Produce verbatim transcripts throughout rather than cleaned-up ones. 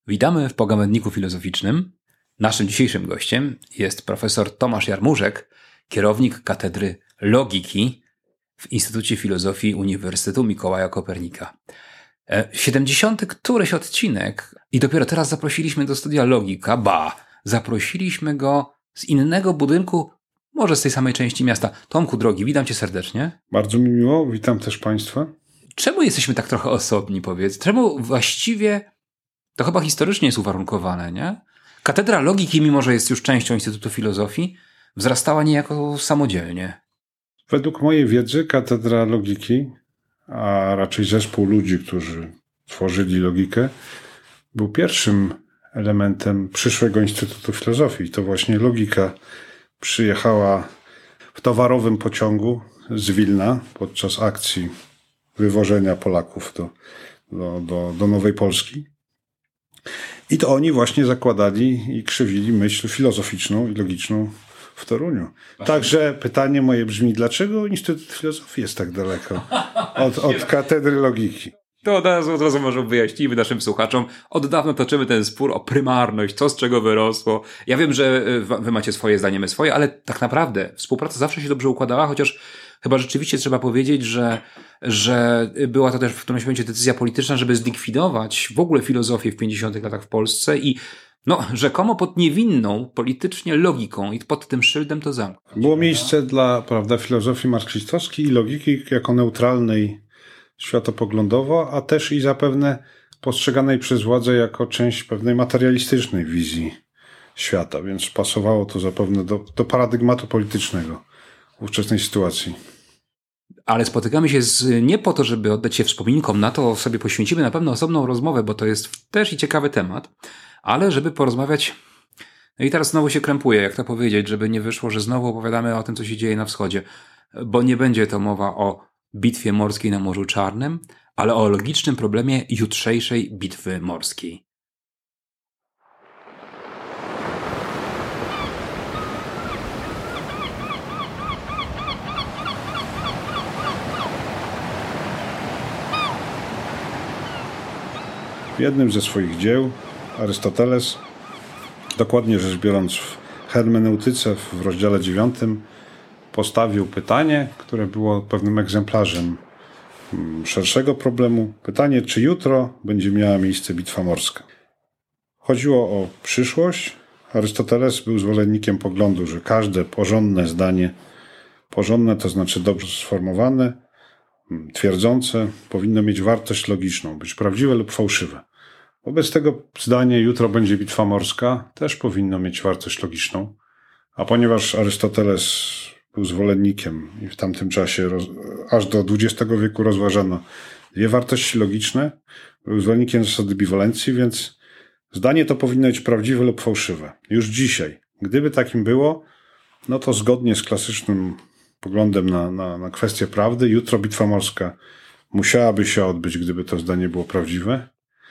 Witamy w pogawędniku filozoficznym. Naszym dzisiejszym gościem jest profesor Tomasz Jarmużek, kierownik Katedry Logiki w Instytucie Filozofii Uniwersytetu Mikołaja Kopernika. siedemdziesiąty któryś odcinek i dopiero teraz zaprosiliśmy do studia Logika, ba, zaprosiliśmy go z innego budynku, może z tej samej części miasta. Tomku drogi, witam cię serdecznie. Bardzo mi miło, witam też państwa. Czemu jesteśmy tak trochę osobni, powiedz? Czemu właściwie, to chyba historycznie jest uwarunkowane, nie? Katedra Logiki, mimo że jest już częścią Instytutu Filozofii, wzrastała niejako samodzielnie. Według mojej wiedzy Katedra Logiki, a raczej zespół ludzi, którzy tworzyli logikę, był pierwszym elementem przyszłego Instytutu Filozofii. To właśnie logika przyjechała w towarowym pociągu z Wilna podczas akcji wywożenia Polaków do, do, do, do Nowej Polski. I to oni właśnie zakładali i krzywili myśl filozoficzną i logiczną w Toruniu. Właśnie. Także pytanie moje brzmi, dlaczego Instytut Filozofii jest tak daleko od, od Katedry Logiki? To od razu, od razu może wyjaśnimy naszym słuchaczom. Od dawna toczymy ten spór o prymarność, co z czego wyrosło. Ja wiem, że wy macie swoje zdanie, my swoje, ale tak naprawdę współpraca zawsze się dobrze układała, chociaż chyba rzeczywiście trzeba powiedzieć, że, że była to też w którymś momencie decyzja polityczna, żeby zlikwidować w ogóle filozofię w pięćdziesiątych latach w Polsce i no, rzekomo pod niewinną politycznie logiką i pod tym szyldem to zamknąć. Było miejsce dla, prawda, filozofii marksistowskiej i logiki jako neutralnej światopoglądowo, a też i zapewne postrzeganej przez władzę jako część pewnej materialistycznej wizji świata, więc pasowało to zapewne do, do paradygmatu politycznego w ówczesnej sytuacji. Ale spotykamy się z, nie po to, żeby oddać się wspominkom, na to sobie poświęcimy na pewno osobną rozmowę, bo to jest też i ciekawy temat, ale żeby porozmawiać, no i teraz znowu się krępuję, jak to powiedzieć, żeby nie wyszło, że znowu opowiadamy o tym, co się dzieje na wschodzie, bo nie będzie to mowa o bitwie morskiej na Morzu Czarnym, ale o logicznym problemie jutrzejszej bitwy morskiej. W jednym ze swoich dzieł Arystoteles, dokładnie rzecz biorąc w hermeneutyce w rozdziale dziewiątym, postawił pytanie, które było pewnym egzemplarzem szerszego problemu. Pytanie, czy jutro będzie miała miejsce bitwa morska. Chodziło o przyszłość. Arystoteles był zwolennikiem poglądu, że każde porządne zdanie, porządne to znaczy dobrze sformowane, twierdzące, powinno mieć wartość logiczną, być prawdziwe lub fałszywe. Wobec tego zdanie, jutro będzie bitwa morska, też powinno mieć wartość logiczną. A ponieważ Arystoteles był zwolennikiem i w tamtym czasie roz, aż do dwudziestego wieku rozważano dwie wartości logiczne, był zwolennikiem zasady biwalencji, więc zdanie to powinno być prawdziwe lub fałszywe. Już dzisiaj, gdyby takim było, no to zgodnie z klasycznym poglądem na, na, na kwestię prawdy, jutro bitwa morska musiałaby się odbyć, gdyby to zdanie było prawdziwe.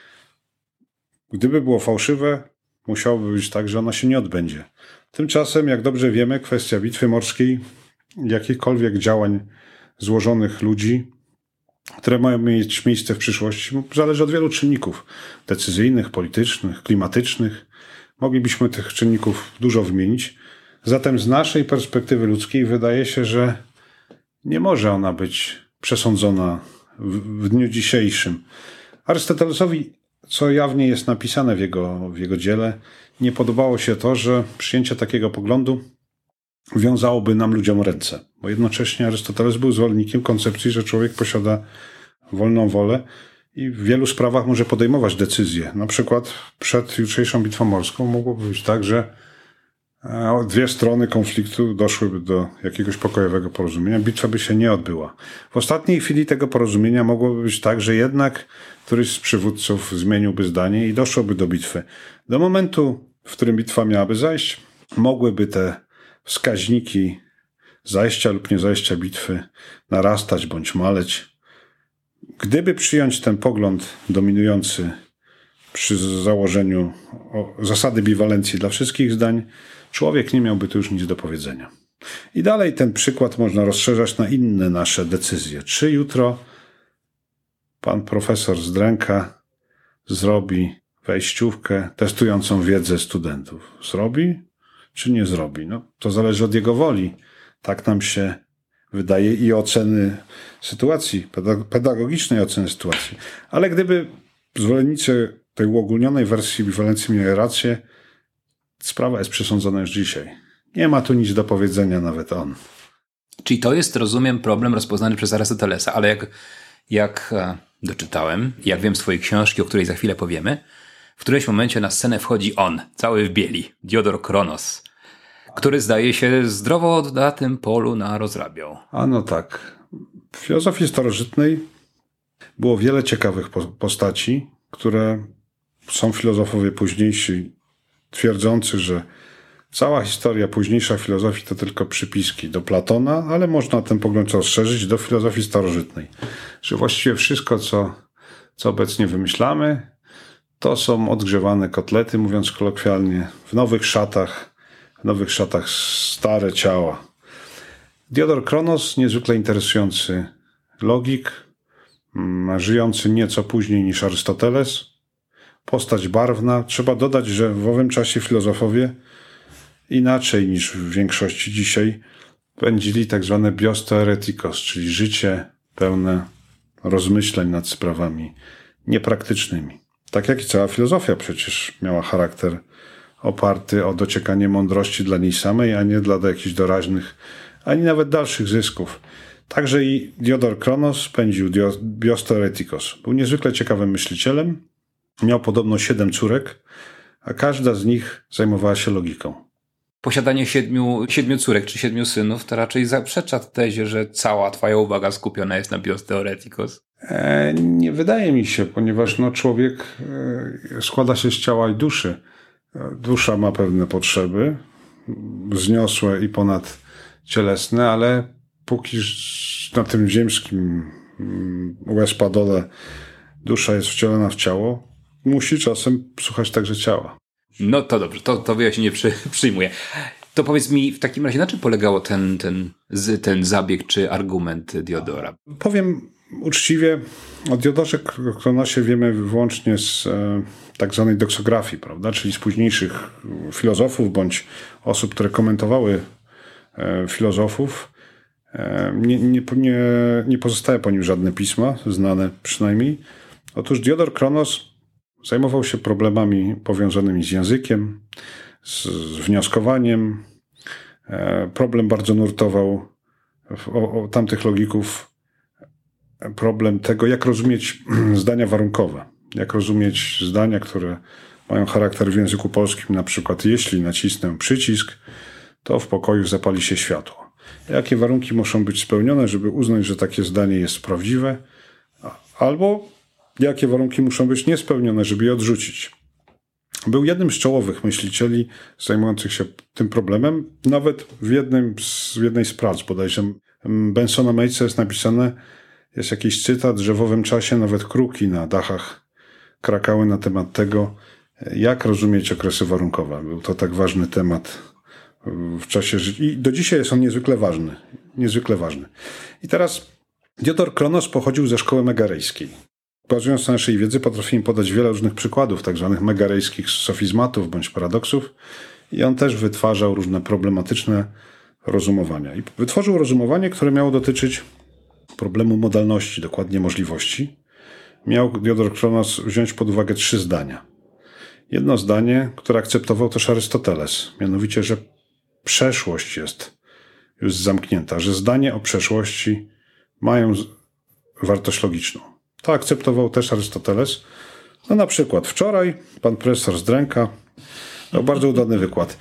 Gdyby było fałszywe, musiałoby być tak, że ona się nie odbędzie. Tymczasem, jak dobrze wiemy, kwestia bitwy morskiej, jakichkolwiek działań złożonych ludzi, które mają mieć miejsce w przyszłości, zależy od wielu czynników decyzyjnych, politycznych, klimatycznych. Moglibyśmy tych czynników dużo wymienić. Zatem z naszej perspektywy ludzkiej wydaje się, że nie może ona być przesądzona w, w dniu dzisiejszym. Arystotelesowi, co jawnie jest napisane w jego, w jego dziele, nie podobało się to, że przyjęcie takiego poglądu wiązałoby nam ludziom ręce. Bo jednocześnie Arystoteles był zwolennikiem koncepcji, że człowiek posiada wolną wolę i w wielu sprawach może podejmować decyzje. Na przykład przed jutrzejszą bitwą morską mogłoby być tak, że dwie strony konfliktu doszłyby do jakiegoś pokojowego porozumienia. Bitwa by się nie odbyła. W ostatniej chwili tego porozumienia mogłoby być tak, że jednak któryś z przywódców zmieniłby zdanie i doszłoby do bitwy. Do momentu, w którym bitwa miałaby zajść, mogłyby te wskaźniki zajścia lub niezajścia bitwy narastać bądź maleć. Gdyby przyjąć ten pogląd dominujący przy założeniu zasady biwalencji dla wszystkich zdań, człowiek nie miałby tu już nic do powiedzenia. I dalej ten przykład można rozszerzać na inne nasze decyzje. Czy jutro pan profesor Zdręka zrobi wejściówkę testującą wiedzę studentów. Zrobi czy nie zrobi? No, to zależy od jego woli. Tak nam się wydaje i oceny sytuacji, pedagogicznej oceny sytuacji. Ale gdyby zwolennicy tej uogólnionej wersji biwalencji mieli rację, sprawa jest przesądzona już dzisiaj. Nie ma tu nic do powiedzenia, nawet on. Czyli to jest, rozumiem, problem rozpoznany przez Arystotelesa, ale jak, jak e, doczytałem, jak wiem z twojej książki, o której za chwilę powiemy, w którymś momencie na scenę wchodzi on, cały w bieli, Diodor Kronos, który zdaje się zdrowo na tym polu narozrabiał. A no tak. W filozofii starożytnej było wiele ciekawych postaci, które są filozofowie późniejsi twierdzący, że cała historia późniejsza filozofii to tylko przypiski do Platona, ale można ten pogląd rozszerzyć do filozofii starożytnej. Że właściwie wszystko, co, co obecnie wymyślamy, to są odgrzewane kotlety, mówiąc kolokwialnie, w nowych szatach, w nowych szatach stare ciała. Diodor Kronos, niezwykle interesujący logik, żyjący nieco później niż Arystoteles, postać barwna. Trzeba dodać, że w owym czasie filozofowie inaczej niż w większości dzisiaj pędzili tak zwane bios theoretikos, czyli życie pełne rozmyśleń nad sprawami niepraktycznymi. Tak jak i cała filozofia przecież miała charakter oparty o dociekanie mądrości dla niej samej, a nie dla jakichś doraźnych, ani nawet dalszych zysków. Także i Diodor Kronos pędził bios theoretikos. Był niezwykle ciekawym myślicielem. Miał podobno siedem córek, a każda z nich zajmowała się logiką. Posiadanie siedmiu, siedmiu córek czy siedmiu synów to raczej zaprzecza tezie, że cała twoja uwaga skupiona jest na bios theoretikos. E, nie wydaje mi się, ponieważ no, człowiek e, składa się z ciała i duszy. Dusza ma pewne potrzeby, wzniosłe i ponadcielesne, ale póki na tym ziemskim łez-padole dusza jest wcielona w ciało, musi czasem słuchać także ciała. No to dobrze, to, to wyjaśnienie przy, przyjmuję. To powiedz mi w takim razie, na czym polegało ten, ten, ten zabieg czy argument Diodora? Powiem uczciwie, o Diodorze Kronosie wiemy wyłącznie z e, tak zwanej doksografii, prawda? Czyli z późniejszych filozofów bądź osób, które komentowały e, filozofów. E, nie, nie, nie, nie pozostaje po nim żadne pisma, znane przynajmniej. Otóż Diodor Kronos zajmował się problemami powiązanymi z językiem, z, z wnioskowaniem. E, problem bardzo nurtował o, o tamtych logików. Problem tego, jak rozumieć zdania warunkowe. Jak rozumieć zdania, które mają charakter w języku polskim, na przykład jeśli nacisnę przycisk, to w pokoju zapali się światło. Jakie warunki muszą być spełnione, żeby uznać, że takie zdanie jest prawdziwe, albo jakie warunki muszą być niespełnione, żeby je odrzucić. Był jednym z czołowych myślicieli zajmujących się tym problemem. Nawet w, jednym z, w jednej z prac, bodajże Bensona Matesa jest napisane, jest jakiś cytat, że w owym czasie nawet kruki na dachach krakały na temat tego, jak rozumieć okresy warunkowe. Był to tak ważny temat w czasie życia. I do dzisiaj jest on niezwykle ważny. Niezwykle ważny. I teraz Diodor Kronos pochodził ze szkoły megarejskiej. Bazując na naszej wiedzy potrafimy podać wiele różnych przykładów tak zwanych megarejskich sofizmatów bądź paradoksów i on też wytwarzał różne problematyczne rozumowania. I wytworzył rozumowanie, które miało dotyczyć problemu modalności, dokładnie możliwości. Miał Diodor Kronos wziąć pod uwagę trzy zdania. Jedno zdanie, które akceptował też Arystoteles, mianowicie, że przeszłość jest już zamknięta, że zdania o przeszłości mają wartość logiczną. To akceptował też Arystoteles. No na przykład wczoraj pan profesor Zdręka miał bardzo udany wykład.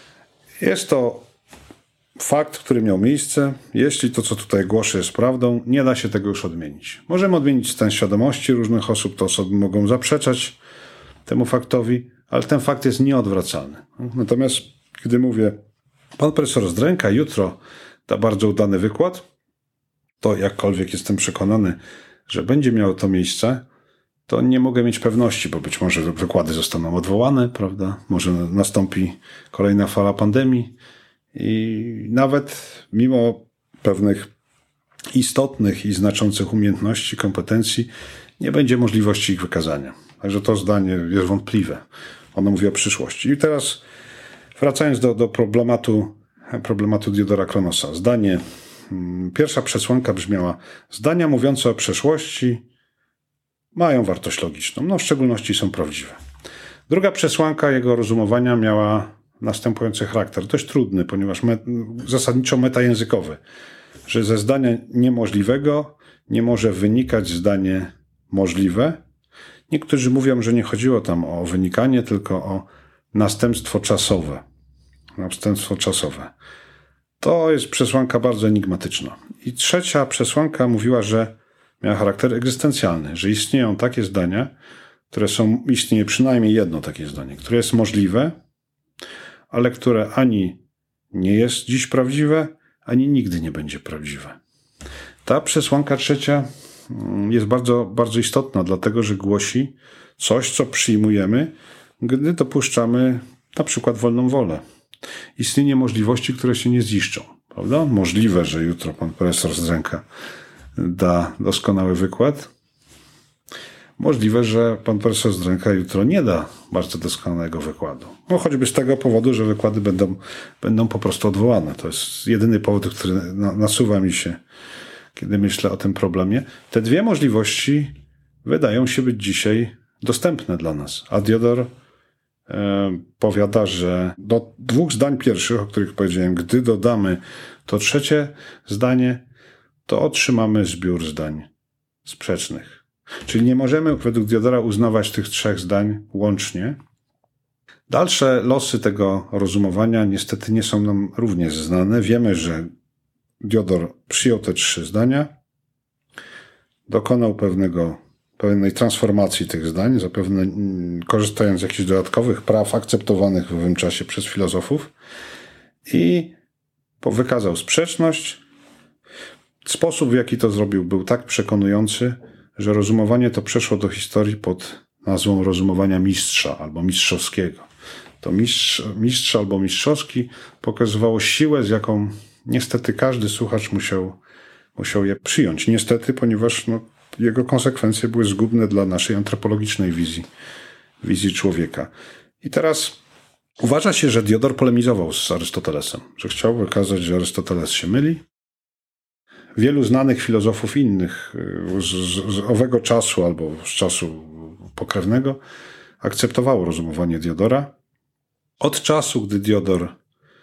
Jest to fakt, który miał miejsce. Jeśli to, co tutaj głoszę, jest prawdą, nie da się tego już odmienić. Możemy odmienić stan świadomości różnych osób, te osoby mogą zaprzeczać temu faktowi, ale ten fakt jest nieodwracalny. Natomiast gdy mówię, pan profesor Zdręka jutro da bardzo udany wykład, to jakkolwiek jestem przekonany, że będzie miało to miejsce, to nie mogę mieć pewności, bo być może wykłady zostaną odwołane, prawda? Może nastąpi kolejna fala pandemii i nawet mimo pewnych istotnych i znaczących umiejętności, kompetencji, nie będzie możliwości ich wykazania. Także to zdanie jest wątpliwe. Ono mówi o przyszłości. I teraz wracając do, do problematu, problematu Diodora Kronosa. Zdanie, pierwsza przesłanka brzmiała: zdania mówiące o przeszłości mają wartość logiczną, no w szczególności są prawdziwe. Druga przesłanka jego rozumowania miała następujący charakter, dość trudny, ponieważ me, zasadniczo metajęzykowy, że ze zdania niemożliwego nie może wynikać zdanie możliwe. Niektórzy mówią, że nie chodziło tam o wynikanie, tylko o następstwo czasowe. Następstwo czasowe. To jest przesłanka bardzo enigmatyczna. I trzecia przesłanka mówiła, że miała charakter egzystencjalny, że istnieją takie zdania, które są, istnieje przynajmniej jedno takie zdanie, które jest możliwe, ale które ani nie jest dziś prawdziwe, ani nigdy nie będzie prawdziwe. Ta przesłanka trzecia jest bardzo, bardzo istotna, dlatego że głosi coś, co przyjmujemy, gdy dopuszczamy na przykład wolną wolę. Istnienie możliwości, które się nie ziszczą, prawda? Możliwe, że jutro pan profesor Zdręka da doskonały wykład. Możliwe, że pan profesor Zdręka jutro nie da bardzo doskonałego wykładu. No choćby z tego powodu, że wykłady będą, będą po prostu odwołane. To jest jedyny powód, który nasuwa mi się, kiedy myślę o tym problemie. Te dwie możliwości wydają się być dzisiaj dostępne dla nas. A Diodor e, powiada, że do dwóch zdań pierwszych, o których powiedziałem, gdy dodamy to trzecie zdanie, to otrzymamy zbiór zdań sprzecznych. Czyli nie możemy według Diodora uznawać tych trzech zdań łącznie. Dalsze losy tego rozumowania niestety nie są nam również znane. Wiemy, że Diodor przyjął te trzy zdania, dokonał pewnego, pewnej transformacji tych zdań, zapewne korzystając z jakichś dodatkowych praw akceptowanych w owym czasie przez filozofów i wykazał sprzeczność. Sposób, w jaki to zrobił, był tak przekonujący, że rozumowanie to przeszło do historii pod nazwą rozumowania mistrza albo mistrzowskiego. To mistrz, mistrz albo mistrzowski pokazywało siłę, z jaką niestety każdy słuchacz musiał, musiał je przyjąć. Niestety, ponieważ no, jego konsekwencje były zgubne dla naszej antropologicznej wizji, wizji człowieka. I teraz uważa się, że Diodor polemizował z Arystotelesem, że chciał wykazać, że Arystoteles się myli. Wielu znanych filozofów innych z, z, z owego czasu albo z czasu pokrewnego akceptowało rozumowanie Diodora. Od czasu, gdy Diodor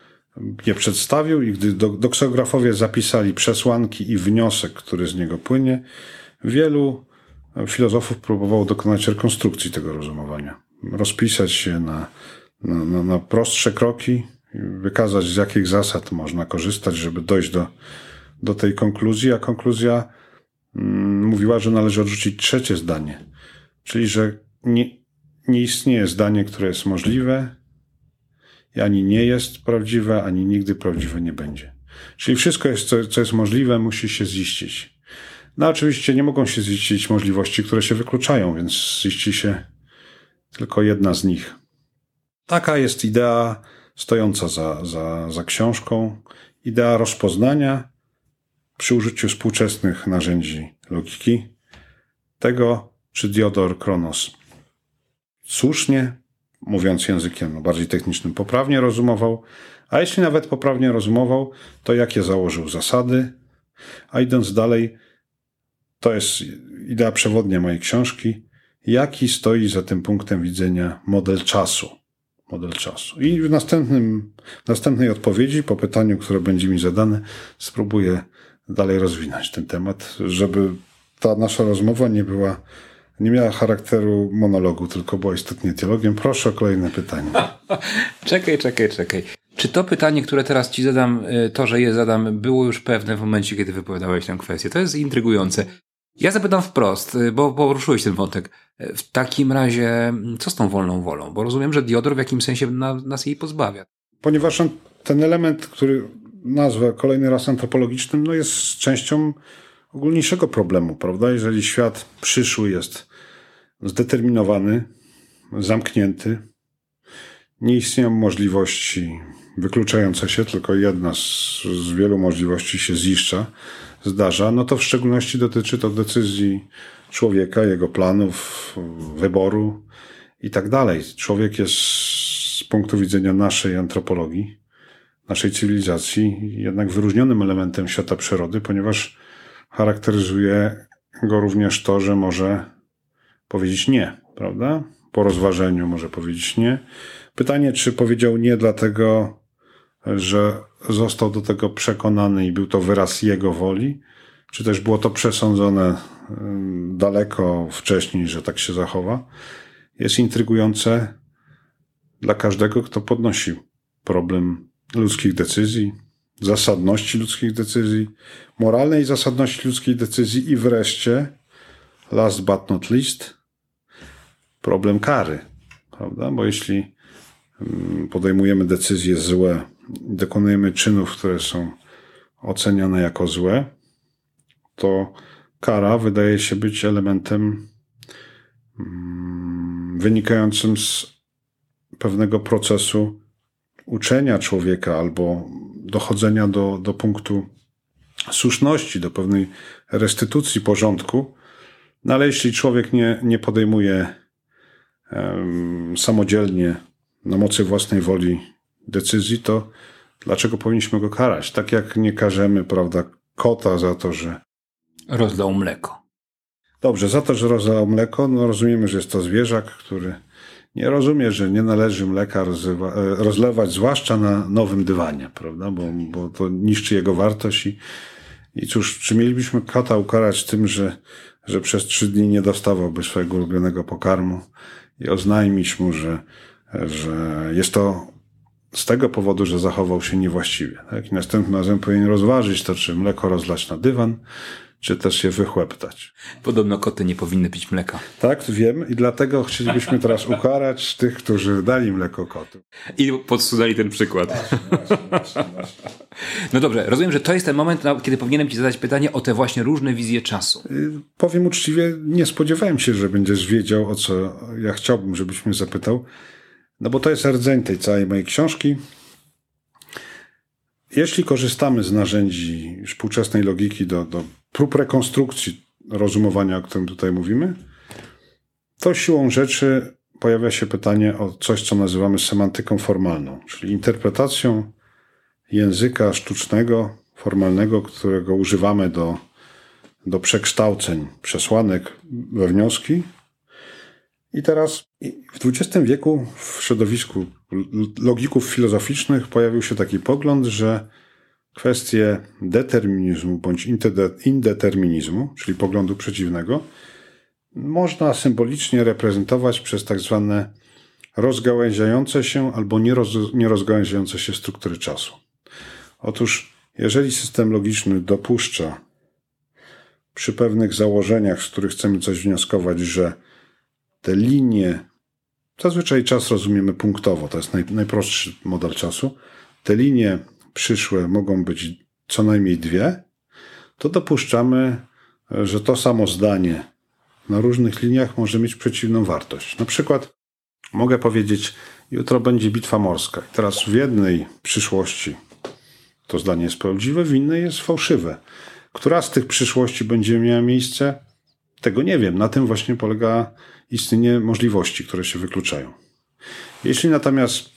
je przedstawił i gdy doksografowie zapisali przesłanki i wniosek, który z niego płynie, wielu filozofów próbowało dokonać rekonstrukcji tego rozumowania. Rozpisać się na, na, na, na prostsze kroki, wykazać, z jakich zasad można korzystać, żeby dojść do do tej konkluzji, a konkluzja mm, mówiła, że należy odrzucić trzecie zdanie, czyli że nie, nie istnieje zdanie, które jest możliwe i ani nie jest prawdziwe, ani nigdy prawdziwe nie będzie. Czyli wszystko, jest, co, co jest możliwe, musi się ziścić. No oczywiście nie mogą się ziścić możliwości, które się wykluczają, więc ziści się tylko jedna z nich. Taka jest idea stojąca za, za, za książką, idea rozpoznania przy użyciu współczesnych narzędzi logiki tego, czy Diodor Kronos słusznie, mówiąc językiem bardziej technicznym, poprawnie rozumował, a jeśli nawet poprawnie rozumował, to jakie założył zasady, a idąc dalej, to jest idea przewodnia mojej książki, jaki stoi za tym punktem widzenia model czasu. Model czasu. I w następnym, następnej odpowiedzi, po pytaniu, które będzie mi zadane, spróbuję dalej rozwinąć ten temat, żeby ta nasza rozmowa nie była, nie miała charakteru monologu, tylko była istotnie dialogiem. Proszę o kolejne pytanie. Czekaj, czekaj, czekaj. Czy to pytanie, które teraz ci zadam, to, że je zadam, było już pewne w momencie, kiedy wypowiadałeś tę kwestię? To jest intrygujące. Ja zapytam wprost, bo poruszyłeś ten wątek. W takim razie, co z tą wolną wolą? Bo rozumiem, że Diodor w jakimś sensie na, nas jej pozbawia. Ponieważ on, ten element, który nazwę kolejny raz antropologicznym, no jest częścią ogólniejszego problemu, prawda? Jeżeli świat przyszły jest zdeterminowany, zamknięty, nie istnieją możliwości wykluczające się, tylko jedna z, z wielu możliwości się ziszcza, zdarza, no to w szczególności dotyczy to decyzji człowieka, jego planów, wyboru i tak dalej. Człowiek jest z punktu widzenia naszej antropologii, naszej cywilizacji jednak wyróżnionym elementem świata przyrody, ponieważ charakteryzuje go również to, że może powiedzieć nie, prawda? Po rozważeniu może powiedzieć nie. Pytanie, czy powiedział nie dlatego, że został do tego przekonany i był to wyraz jego woli, czy też było to przesądzone daleko wcześniej, że tak się zachowa, jest intrygujące dla każdego, kto podnosi problem ludzkich decyzji, zasadności ludzkich decyzji, moralnej zasadności ludzkiej decyzji i wreszcie, last but not least, problem kary, prawda? Bo jeśli podejmujemy decyzje złe, dokonujemy czynów, które są oceniane jako złe, to kara wydaje się być elementem wynikającym z pewnego procesu uczenia człowieka albo dochodzenia do, do punktu słuszności, do pewnej restytucji porządku. No ale jeśli człowiek nie, nie podejmuje um, samodzielnie na mocy własnej woli decyzji, to dlaczego powinniśmy go karać? Tak jak nie karzemy, prawda, kota za to, że rozlał mleko. Dobrze, za to, że rozlał mleko, no rozumiemy, że jest to zwierzak, który nie rozumie, że nie należy mleka rozlewa, rozlewać, zwłaszcza na nowym dywanie, prawda, bo, bo to niszczy jego wartość i, i cóż, czy mielibyśmy kota ukarać tym, że, że przez trzy dni nie dostawałby swojego ulubionego pokarmu i oznajmić mu, że, że jest to z tego powodu, że zachował się niewłaściwie, tak? I następnym razem powinien rozważyć to, czy mleko rozlać na dywan, czy też je wychłeptać. Podobno koty nie powinny pić mleka. Tak, wiem i dlatego chcielibyśmy teraz ukarać tych, którzy dali mleko kotu. I podsunęli ten przykład. Właśnie, właśnie, właśnie, właśnie. No dobrze, rozumiem, że to jest ten moment, kiedy powinienem ci zadać pytanie o te właśnie różne wizje czasu. Powiem uczciwie, nie spodziewałem się, że będziesz wiedział, o co ja chciałbym, żebyś mnie zapytał. No bo to jest rdzeń tej całej mojej książki. Jeśli korzystamy z narzędzi współczesnej logiki do, do prób rekonstrukcji rozumowania, o którym tutaj mówimy, to siłą rzeczy pojawia się pytanie o coś, co nazywamy semantyką formalną, czyli interpretacją języka sztucznego, formalnego, którego używamy do, do przekształceń przesłanek we wnioski. I teraz w dwudziestym wieku w środowisku logików filozoficznych pojawił się taki pogląd, że kwestie determinizmu bądź indeterminizmu, czyli poglądu przeciwnego, można symbolicznie reprezentować przez tak zwane rozgałęziające się albo nierozgałęziające się struktury czasu. Otóż, jeżeli system logiczny dopuszcza przy pewnych założeniach, z których chcemy coś wnioskować, że te linie, zazwyczaj czas rozumiemy punktowo, to jest naj, najprostszy model czasu, te linie przyszłe mogą być co najmniej dwie, to dopuszczamy, że to samo zdanie na różnych liniach może mieć przeciwną wartość. Na przykład mogę powiedzieć, jutro będzie bitwa morska. I teraz w jednej przyszłości to zdanie jest prawdziwe, w innej jest fałszywe. Która z tych przyszłości będzie miała miejsce? Tego nie wiem. Na tym właśnie polega istnienie możliwości, które się wykluczają. Jeśli natomiast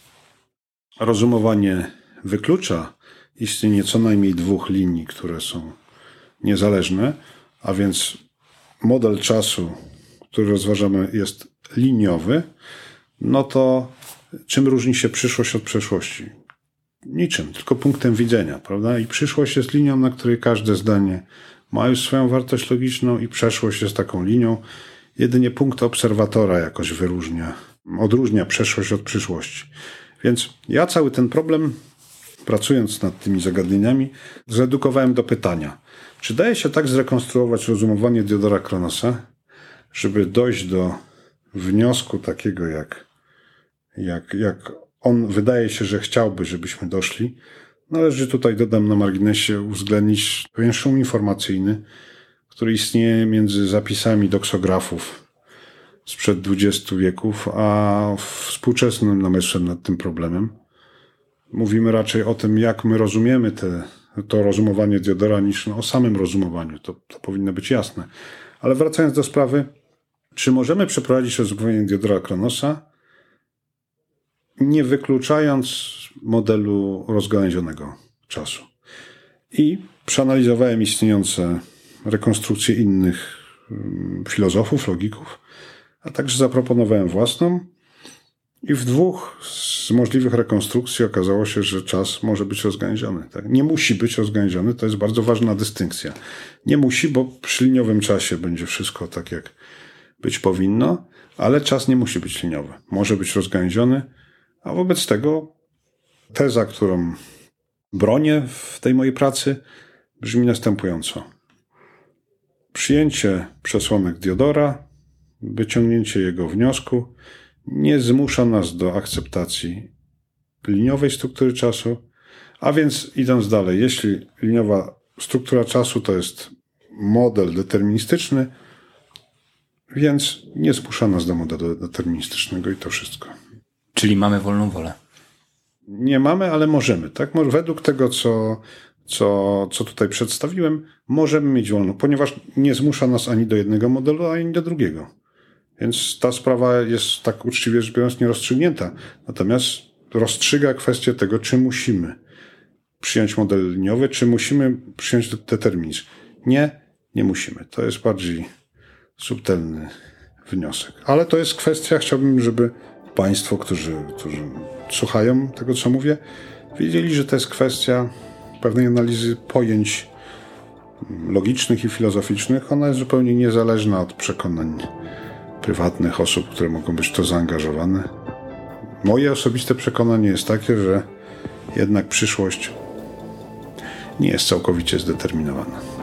rozumowanie wyklucza istnienie co najmniej dwóch linii, które są niezależne, a więc model czasu, który rozważamy, jest liniowy, no to czym różni się przyszłość od przeszłości? Niczym, tylko punktem widzenia, prawda? I przyszłość jest linią, na której każde zdanie ma już swoją wartość logiczną i przeszłość jest taką linią. Jedynie punkt obserwatora jakoś wyróżnia, odróżnia przeszłość od przyszłości. Więc ja cały ten problem, pracując nad tymi zagadnieniami, zredukowałem do pytania, czy daje się tak zrekonstruować rozumowanie Diodora Kronosa, żeby dojść do wniosku takiego, jak, jak, jak on wydaje się, że chciałby, żebyśmy doszli. Należy tutaj, dodam na marginesie, uwzględnić pewien szum informacyjny, który istnieje między zapisami doksografów sprzed dwudziestu wieków, a współczesnym namysłem nad tym problemem. Mówimy raczej o tym, jak my rozumiemy te to rozumowanie Diodora niż no, o samym rozumowaniu. To, to powinno być jasne. Ale wracając do sprawy, czy możemy przeprowadzić rozumowanie Diodora Kronosa, nie wykluczając modelu rozgałęzionego czasu. I przeanalizowałem istniejące rekonstrukcje innych filozofów, logików, a także zaproponowałem własną. I w dwóch z możliwych rekonstrukcji okazało się, że czas może być rozgałęziony. Tak? Nie musi być rozgałęziony, to jest bardzo ważna dystynkcja. Nie musi, bo przy liniowym czasie będzie wszystko tak, jak być powinno, ale czas nie musi być liniowy. Może być rozgałęziony, a wobec tego teza, którą bronię w tej mojej pracy, brzmi następująco. Przyjęcie przesłanek Diodora, wyciągnięcie jego wniosku nie zmusza nas do akceptacji liniowej struktury czasu, a więc idąc dalej, jeśli liniowa struktura czasu to jest model deterministyczny, więc nie zmusza nas do modelu deterministycznego i to wszystko. Czyli mamy wolną wolę. Nie mamy, ale możemy. Tak? Według tego, co, co, co tutaj przedstawiłem, możemy mieć wolną, ponieważ nie zmusza nas ani do jednego modelu, ani do drugiego. Więc ta sprawa jest, tak uczciwie rzecz biorąc, nierozstrzygnięta. Natomiast rozstrzyga kwestię tego, czy musimy przyjąć model liniowy, czy musimy przyjąć determinizm. Nie, nie musimy. To jest bardziej subtelny wniosek. Ale to jest kwestia, chciałbym, żeby Państwo, którzy, którzy słuchają tego, co mówię, wiedzieli, że to jest kwestia pewnej analizy pojęć logicznych i filozoficznych. Ona jest zupełnie niezależna od przekonań prywatnych osób, które mogą być w to zaangażowane. Moje osobiste przekonanie jest takie, że jednak przyszłość nie jest całkowicie zdeterminowana.